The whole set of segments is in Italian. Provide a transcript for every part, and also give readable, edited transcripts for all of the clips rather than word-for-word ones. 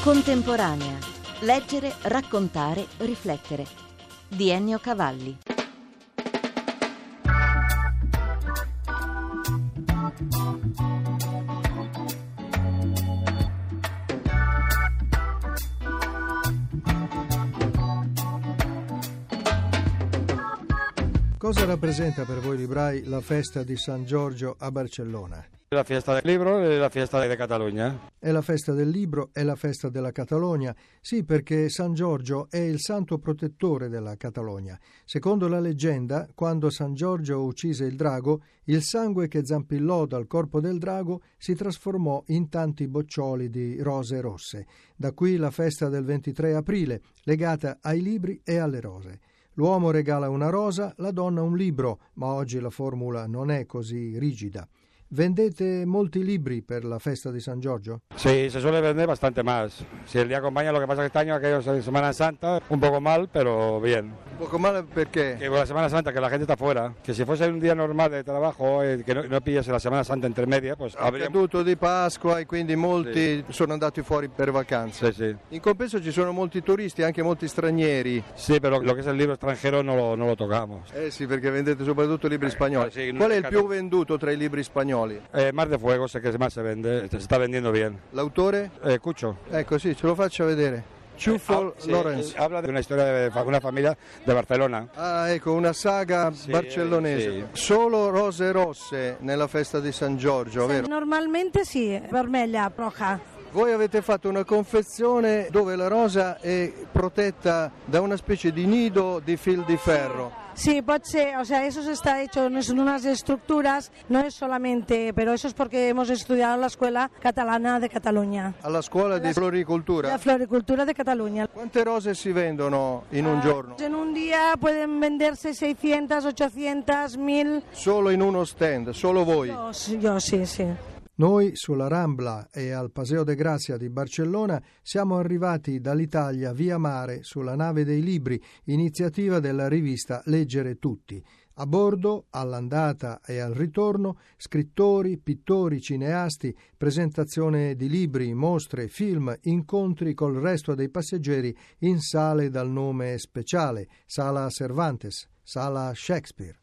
Contemporanea. Leggere, raccontare, riflettere. Di Ennio Cavalli. Cosa rappresenta per voi librai la festa di San Giorgio a Barcellona? La fiesta del libro e la fiesta de Catalunya. È la festa del libro e la festa della Catalogna, sì, perché San Giorgio è il santo protettore della Catalogna. Secondo la leggenda, quando San Giorgio uccise il drago, il sangue che zampillò dal corpo del drago si trasformò in tanti boccioli di rose rosse. Da qui la festa del 23 aprile, legata ai libri e alle rose. L'uomo regala una rosa, la donna un libro, ma oggi la formula non è così rigida. ¿Vendete molti libri per la festa di San Giorgio? Sí, se suele vender bastante más. Si el día acompaña, lo que pasa que este año, aquellos de Semana Santa, un poco mal, pero bien. Un poco mal perché? Que con la Semana Santa, que la gente está fuera, que si fuese un día normal de trabajo, que no pillase la Semana Santa entre media, pues È caduto di Pasqua e quindi molti sono andati fuori per vacanze. Sí, sí. In compenso ci sono molti turisti, anche molti stranieri. Sí, pero lo que es el libro extranjero no lo tocamos. Sì, perché vendete soprattutto libri spagnoli. Sì, Qual è il più venduto tra i libri spagnoli? Mar de Fuego, sé que más se vende, se está vendiendo bien. L'autore? Cucho. Ecco, sì, ce lo faccio vedere. Ciuffo Sí, Lorenz. habla de una historia de una familia de Barcelona. Ah, ecco, una saga barcellonese. Sì. Solo rose rosse nella festa di San Giorgio, vero? Normalmente sì, vermiglia, roja. Voi avete fatto una confezione dove la rosa è protetta da una specie di nido di fil di ferro. Sí, puede ser, o sea, eso está hecho en unas estructuras, no es solamente, pero eso es porque hemos estudiado en la Escuela Catalana de Cataluña. Alla scuola di floricoltura? La floricultura de Cataluña. Quante rose si vendono in un giorno? En un día pueden venderse 600, 800, 1000. Solo in uno stand, solo voi? Yo sí, sí. Noi sulla Rambla e al Paseo de Gracia di Barcellona siamo arrivati dall'Italia via mare sulla nave dei libri, iniziativa della rivista Leggere Tutti. A bordo, all'andata e al ritorno, scrittori, pittori, cineasti, presentazione di libri, mostre, film, incontri col resto dei passeggeri in sale dal nome speciale, Sala Cervantes, Sala Shakespeare.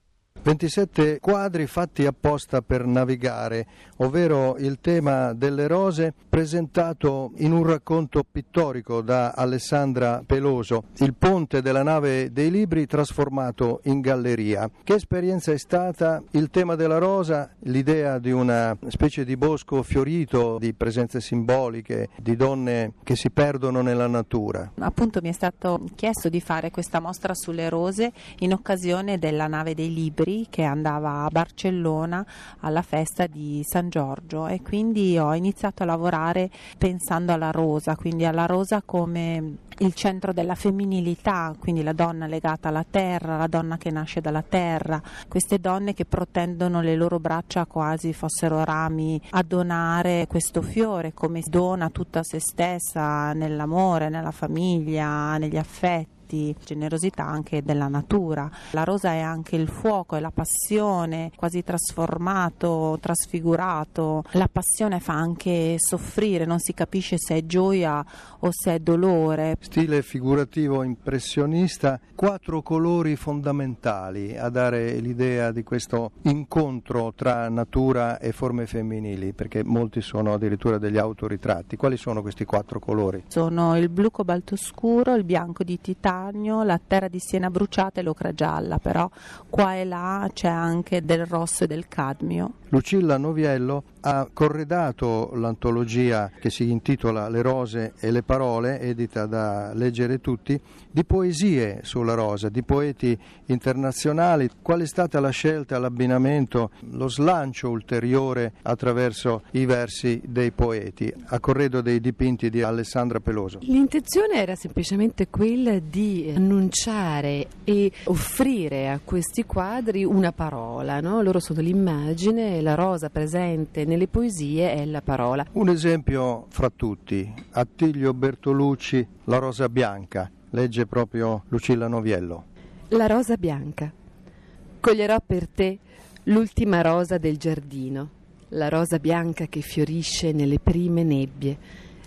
27 quadri fatti apposta per navigare, ovvero il tema delle rose presentato in un racconto pittorico da Alessandra Peloso, il ponte della nave dei libri trasformato in galleria. Che esperienza è stata il tema della rosa, l'idea di una specie di bosco fiorito, di presenze simboliche, di donne che si perdono nella natura? Appunto mi è stato chiesto di fare questa mostra sulle rose in occasione della nave dei libri che andava a Barcellona alla festa di San Giorgio, e quindi ho iniziato a lavorare pensando alla rosa, quindi alla rosa come il centro della femminilità, quindi la donna legata alla terra, la donna che nasce dalla terra, queste donne che protendono le loro braccia quasi fossero rami a donare questo fiore, come dona tutta se stessa nell'amore, nella famiglia, negli affetti. Generosità anche della natura. La rosa è anche il fuoco, è la passione, quasi trasformato, trasfigurato. La passione fa anche soffrire, non si capisce se è gioia o se è dolore. Stile figurativo impressionista, 4 colori fondamentali a dare l'idea di questo incontro tra natura e forme femminili, perché molti sono addirittura degli autoritratti. Quali sono questi 4 colori? Sono il blu cobalto scuro, il bianco di titanio, la terra di siena bruciata e l'ocra gialla, però qua e là c'è anche del rosso e del cadmio. Lucilla Noviello ha corredato l'antologia che si intitola Le rose e le parole, edita da Leggere Tutti, di poesie sulla rosa, di poeti internazionali. Qual è stata la scelta, l'abbinamento, lo slancio ulteriore attraverso i versi dei poeti, a corredo dei dipinti di Alessandra Peloso? L'intenzione era semplicemente quella di annunciare e offrire a questi quadri una parola, no? Loro sono l'immagine, la rosa presente nelle poesie è la parola. Un esempio fra tutti, Attilio Bertolucci, La rosa bianca, legge proprio Lucilla Noviello. La rosa bianca. Coglierò per te l'ultima rosa del giardino, la rosa bianca che fiorisce nelle prime nebbie,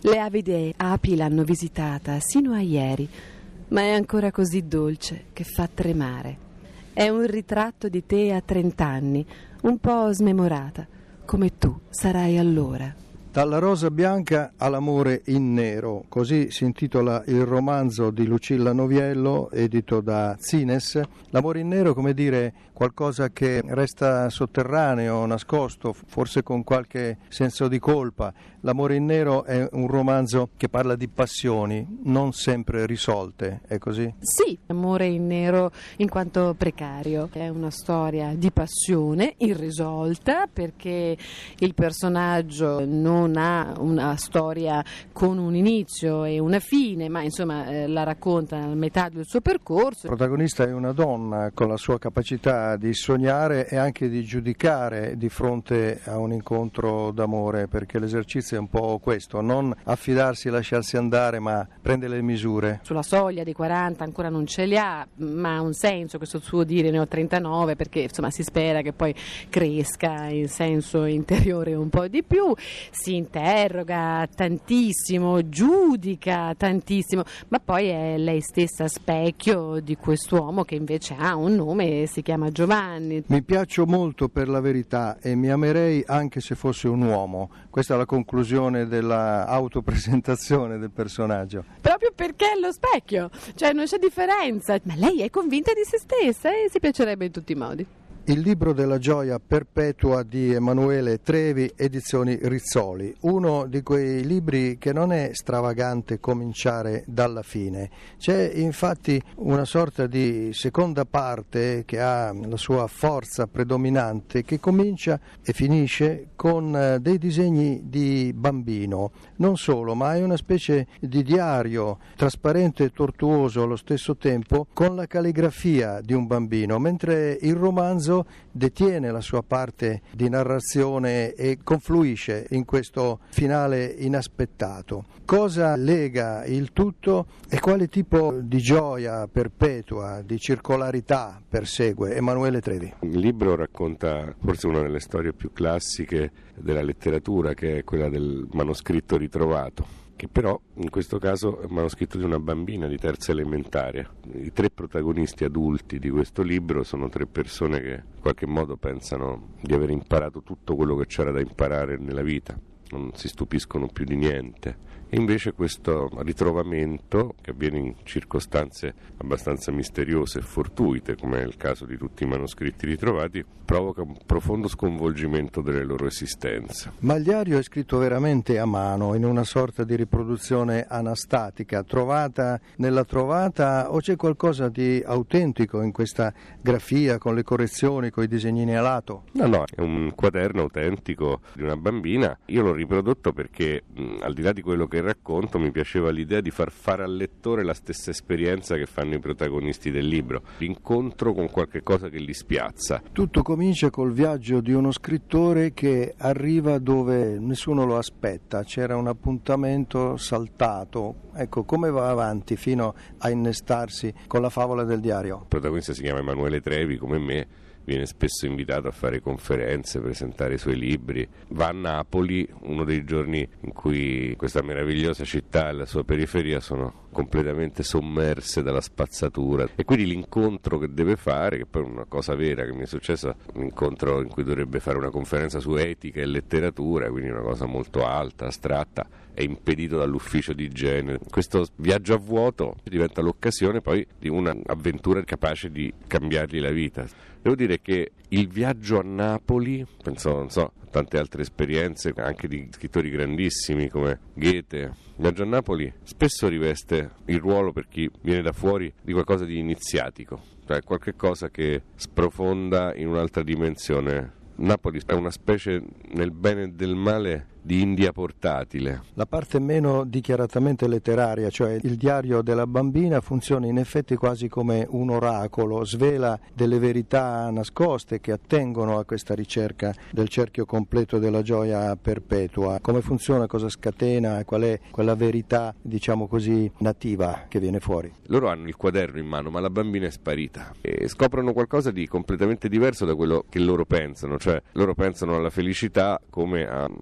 Le avide api l'hanno visitata sino a ieri, ma è ancora così dolce che fa tremare. È un ritratto di te a 30 anni, un po' smemorata, come tu sarai allora. Dalla rosa bianca all'amore in nero, così si intitola il romanzo di Lucilla Noviello, edito da Zines. L'amore in nero, come dire, qualcosa che resta sotterraneo, nascosto, forse con qualche senso di colpa. L'amore in nero è un romanzo che parla di passioni, non sempre risolte, è così? Sì, amore in nero in quanto precario. È una storia di passione irrisolta, perché il personaggio non ha una storia con un inizio e una fine, ma insomma la racconta a metà del suo percorso. Il protagonista è una donna con la sua capacità di sognare e anche di giudicare di fronte a un incontro d'amore, perché l'esercizio è un po' questo, non affidarsi, lasciarsi andare, ma prendere le misure. Sulla soglia dei 40 ancora non ce li ha, ma ha un senso questo suo dire ne ho 39, perché insomma si spera che poi cresca in senso interiore un po' di più. Si interroga tantissimo, giudica tantissimo, ma poi è lei stessa specchio di quest'uomo che invece ha un nome e si chiama Giovanni. Mi piaccio molto per la verità e mi amerei anche se fosse un uomo. Questa è la conclusione della autopresentazione del personaggio. Proprio perché è lo specchio, cioè non c'è differenza, ma lei è convinta di se stessa e si piacerebbe in tutti i modi. Il libro della gioia perpetua di Emanuele Trevi, edizioni Rizzoli, uno di quei libri che non è stravagante cominciare dalla fine. C'è infatti una sorta di seconda parte che ha la sua forza predominante, che comincia e finisce con dei disegni di bambino. Non solo, ma è una specie di diario trasparente e tortuoso allo stesso tempo, con la calligrafia di un bambino, mentre il romanzo detiene la sua parte di narrazione e confluisce in questo finale inaspettato. Cosa lega il tutto e quale tipo di gioia perpetua, di circolarità persegue Emanuele Trevi? Il libro racconta forse una delle storie più classiche della letteratura, che è quella del manoscritto ritrovato, che però in questo caso è un manoscritto di una bambina di terza elementare. I 3 protagonisti adulti di questo libro sono 3 persone che in qualche modo pensano di aver imparato tutto quello che c'era da imparare nella vita, non si stupiscono più di niente. E invece questo ritrovamento, che avviene in circostanze abbastanza misteriose e fortuite, come è il caso di tutti i manoscritti ritrovati, provoca un profondo sconvolgimento delle loro esistenze. Ma il diario è scritto veramente a mano, in una sorta di riproduzione anastatica, trovata nella trovata, o c'è qualcosa di autentico in questa grafia, con le correzioni, con i disegnini a lato? No, è un quaderno autentico di una bambina. Io l'ho riprodotto perché, al di là di quello che racconto, mi piaceva l'idea di far fare al lettore la stessa esperienza che fanno i protagonisti del libro, l'incontro con qualche cosa che li spiazza. Tutto comincia col viaggio di uno scrittore che arriva dove nessuno lo aspetta, c'era un appuntamento saltato. Ecco, come va avanti fino a innestarsi con la favola del diario? Il protagonista si chiama Emanuele Trevi, come me. Viene spesso invitato a fare conferenze, presentare i suoi libri. Va a Napoli, uno dei giorni in cui questa meravigliosa città e la sua periferia sono completamente sommerse dalla spazzatura, e quindi l'incontro che deve fare, che poi è una cosa vera che mi è successa, un incontro in cui dovrebbe fare una conferenza su etica e letteratura, quindi una cosa molto alta, astratta, è impedito dall'ufficio di igiene. Questo viaggio a vuoto diventa l'occasione poi di un'avventura capace di cambiargli la vita. Devo dire che il viaggio a Napoli, penso, non so, a tante altre esperienze anche di scrittori grandissimi come Goethe, il viaggio a Napoli spesso riveste il ruolo, per chi viene da fuori, di qualcosa di iniziatico, cioè qualche cosa che sprofonda in un'altra dimensione. Napoli è una specie, nel bene e del male, di India portatile. La parte meno dichiaratamente letteraria, cioè il diario della bambina, funziona in effetti quasi come un oracolo, svela delle verità nascoste che attengono a questa ricerca del cerchio completo della gioia perpetua. Come funziona, cosa scatena, qual è quella verità, diciamo così, nativa che viene fuori. Loro hanno il quaderno in mano, ma la bambina è sparita e scoprono qualcosa di completamente diverso da quello che loro pensano, cioè loro pensano alla felicità come a un processo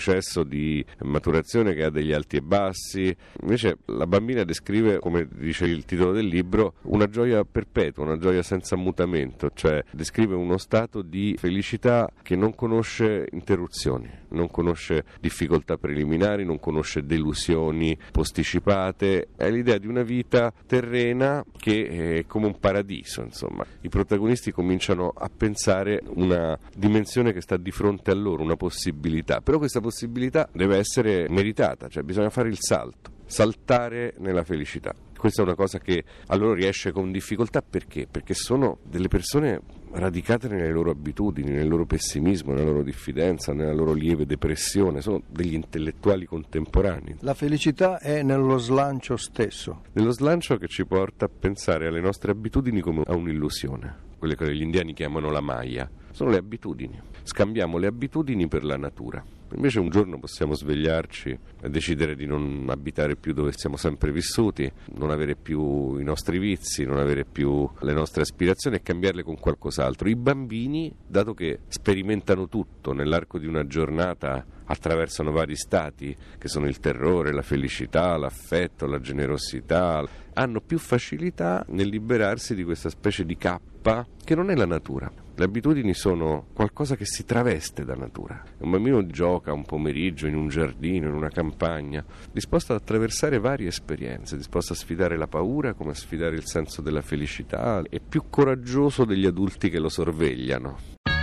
processo di maturazione che ha degli alti e bassi. Invece la bambina descrive, come dice il titolo del libro, una gioia perpetua, una gioia senza mutamento, cioè descrive uno stato di felicità che non conosce interruzioni, non conosce difficoltà preliminari, non conosce delusioni posticipate. È l'idea di una vita terrena che è come un paradiso, insomma. I protagonisti cominciano a pensare una dimensione che sta di fronte a loro, una possibilità, però questa possibilità deve essere meritata, cioè bisogna fare il salto, saltare nella felicità. Questa è una cosa che a loro riesce con difficoltà. Perché? Perché sono delle persone radicate nelle loro abitudini, nel loro pessimismo, nella loro diffidenza, nella loro lieve depressione, sono degli intellettuali contemporanei. La felicità è nello slancio stesso. Nello slancio che ci porta a pensare alle nostre abitudini come a un'illusione, quelle che gli indiani chiamano la maya, sono le abitudini. Scambiamo le abitudini per la natura. Invece un giorno possiamo svegliarci e decidere di non abitare più dove siamo sempre vissuti, non avere più i nostri vizi, non avere più le nostre aspirazioni e cambiarle con qualcos'altro. I bambini, dato che sperimentano tutto nell'arco di una giornata, attraversano vari stati che sono il terrore, la felicità, l'affetto, la generosità, hanno più facilità nel liberarsi di questa specie di cappa che non è la natura. Le abitudini sono qualcosa che si traveste da natura. Un bambino gioca un pomeriggio in un giardino, in una campagna, disposto ad attraversare varie esperienze, disposto a sfidare la paura come a sfidare il senso della felicità, è più coraggioso degli adulti che lo sorvegliano.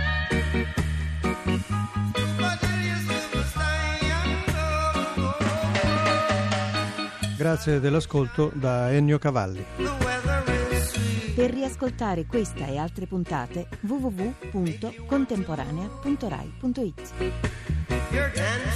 Grazie dell'ascolto da Ennio Cavalli. Per riascoltare questa e altre puntate www.contemporanea.rai.it.